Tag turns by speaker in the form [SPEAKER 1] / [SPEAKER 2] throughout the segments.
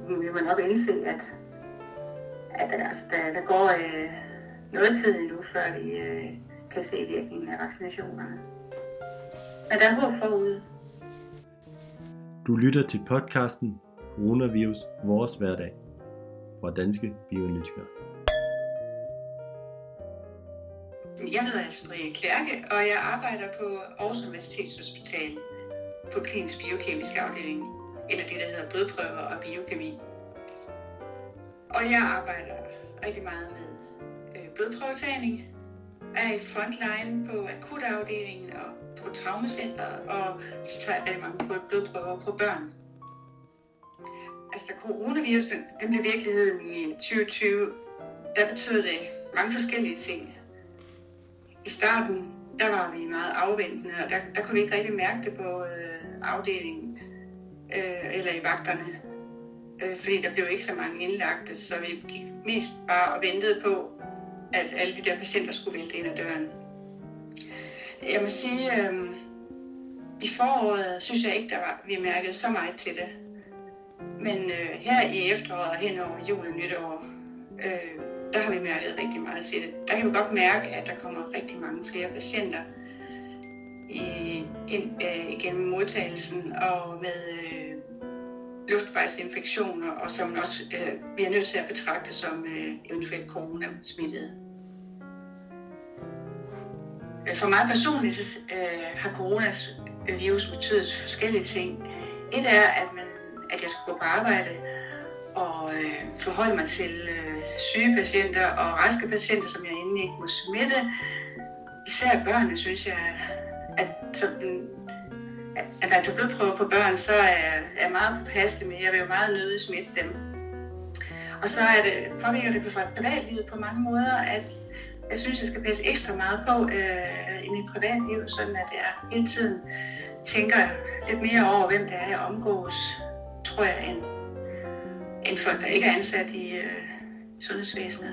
[SPEAKER 1] vi må nok indse, at der går noget tid endnu, før vi kan se virkningen af vaccinationerne. Men der er håb forude.
[SPEAKER 2] Du lytter til podcasten Coronavirus Vores Hverdag fra Danske Bioanalytikere.
[SPEAKER 1] Jeg hedder Astrid Klærke, og jeg arbejder på Aarhus Universitetshospital på klinisk biokemisk afdeling, eller det, der hedder blodprøver og biokemi. Og jeg arbejder rigtig meget med blodprøvetagning, er i frontline på akutafdelingen og på traumacenteret, og så tager jeg rigtig mange blodprøver på børn. Altså, da coronavirus, den blev virkeligheden i 2020, der betød det mange forskellige ting. I starten, der var vi meget afventende, og der kunne vi ikke rigtig mærke det på afdelingen eller i vagterne. Fordi der blev ikke så mange indlagte, så vi gik mest bare og ventede på, at alle de der patienter skulle vælte ind ad døren. Jeg må sige, i foråret synes jeg ikke, vi mærkede så meget til det. Men her i efteråret hen over jul og nytår, der har vi mærket rigtig meget til det. Der kan vi godt mærke, at der kommer rigtig mange flere patienter igennem modtagelsen og med luftvejsinfektioner, og som også vi er nødt til at betragte som eventuelt coronasmittede. For mig personligt har coronavirus betydet forskellige ting. Et er, at jeg skal gå på arbejde og forholde mig til syge patienter og raske patienter, som jeg endelig ikke må smitte. Især børnene, synes jeg, at når jeg tager blodprøver på børn, så er jeg meget påpasselig med. Jeg vil jo meget nødig smitte dem. Og så påvirker det på privatlivet på mange måder, at jeg synes, jeg skal passe ekstra meget på i mit privatliv, sådan at jeg hele tiden tænker lidt mere over, hvem det er, jeg omgås, tror jeg, end folk, der ikke er ansat i sundhedsvæsenet.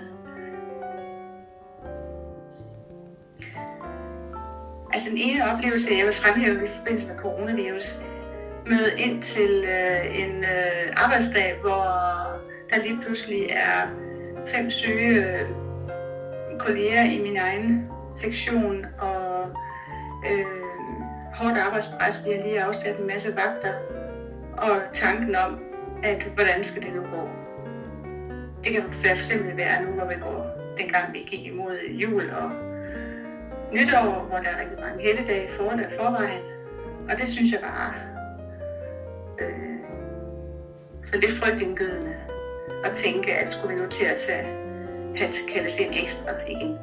[SPEAKER 1] Altså den ene oplevelse, jeg vil fremhæve i forbindelse med coronavirus, møde ind til en arbejdsdag, hvor der lige pludselig er 5 syge kolleger i min egen sektion, og hårdt arbejdspres, bliver lige afsat en masse vagter, og tanken om, at hvordan skal det nu gå? Det kan for eksempel være nu, hvor vi går, dengang vi gik imod jul og nytår, hvor der er rigtig mange helligdage i forvejen, og det synes jeg bare så lidt frygtindgydende at tænke, at skulle vi nu til at kaldes ind ekstra igen.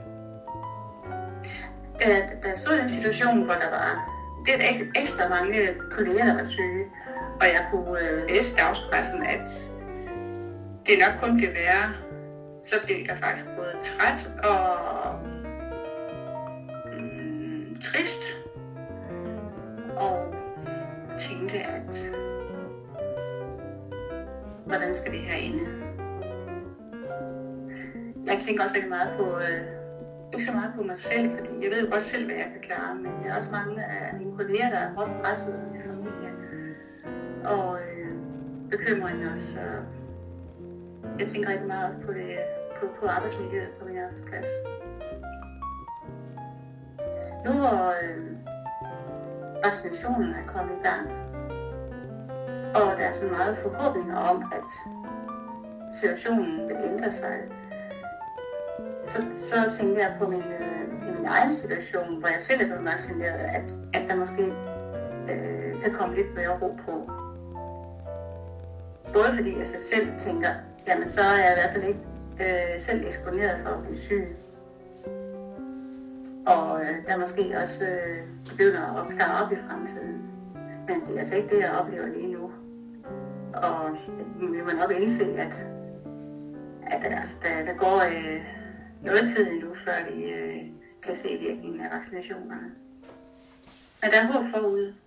[SPEAKER 1] Der stod en situation, hvor der var lidt ekstra mange kolleger, der var syge, og jeg kunne læse i dagspressen, at det nok kun kan være, så blev jeg faktisk både træt og trist, og tænkte, at hvordan skal det her ende? Jeg tænker også rigtig meget på, ikke så meget på mig selv, fordi jeg ved jo godt selv, hvad jeg kan klare, men der er også mange af mine kolleger, der er hårdt presset med familie og bekymring også. Jeg tænker rigtig meget også på det, på arbejdsmiljøet på min arbejdsplads. Nu hvor vaccinationen er kommet i gang, og der er så meget forhåbninger om, at situationen vil ændre sig, så tænker jeg på min egen situation, hvor jeg selv er blevet vaccineret, at der måske kan komme lidt mere ro på. Både fordi jeg selv tænker, jamen så er jeg i hvert fald ikke selv eksponeret for at blive syg. Og der måske også begynder at klare op i fremtiden. Men det er altså ikke det, jeg oplever lige nu. Og vi må nok indse, at der går noget tid endnu, før vi kan se virkningen af vaccinationerne. Men der er håb forude.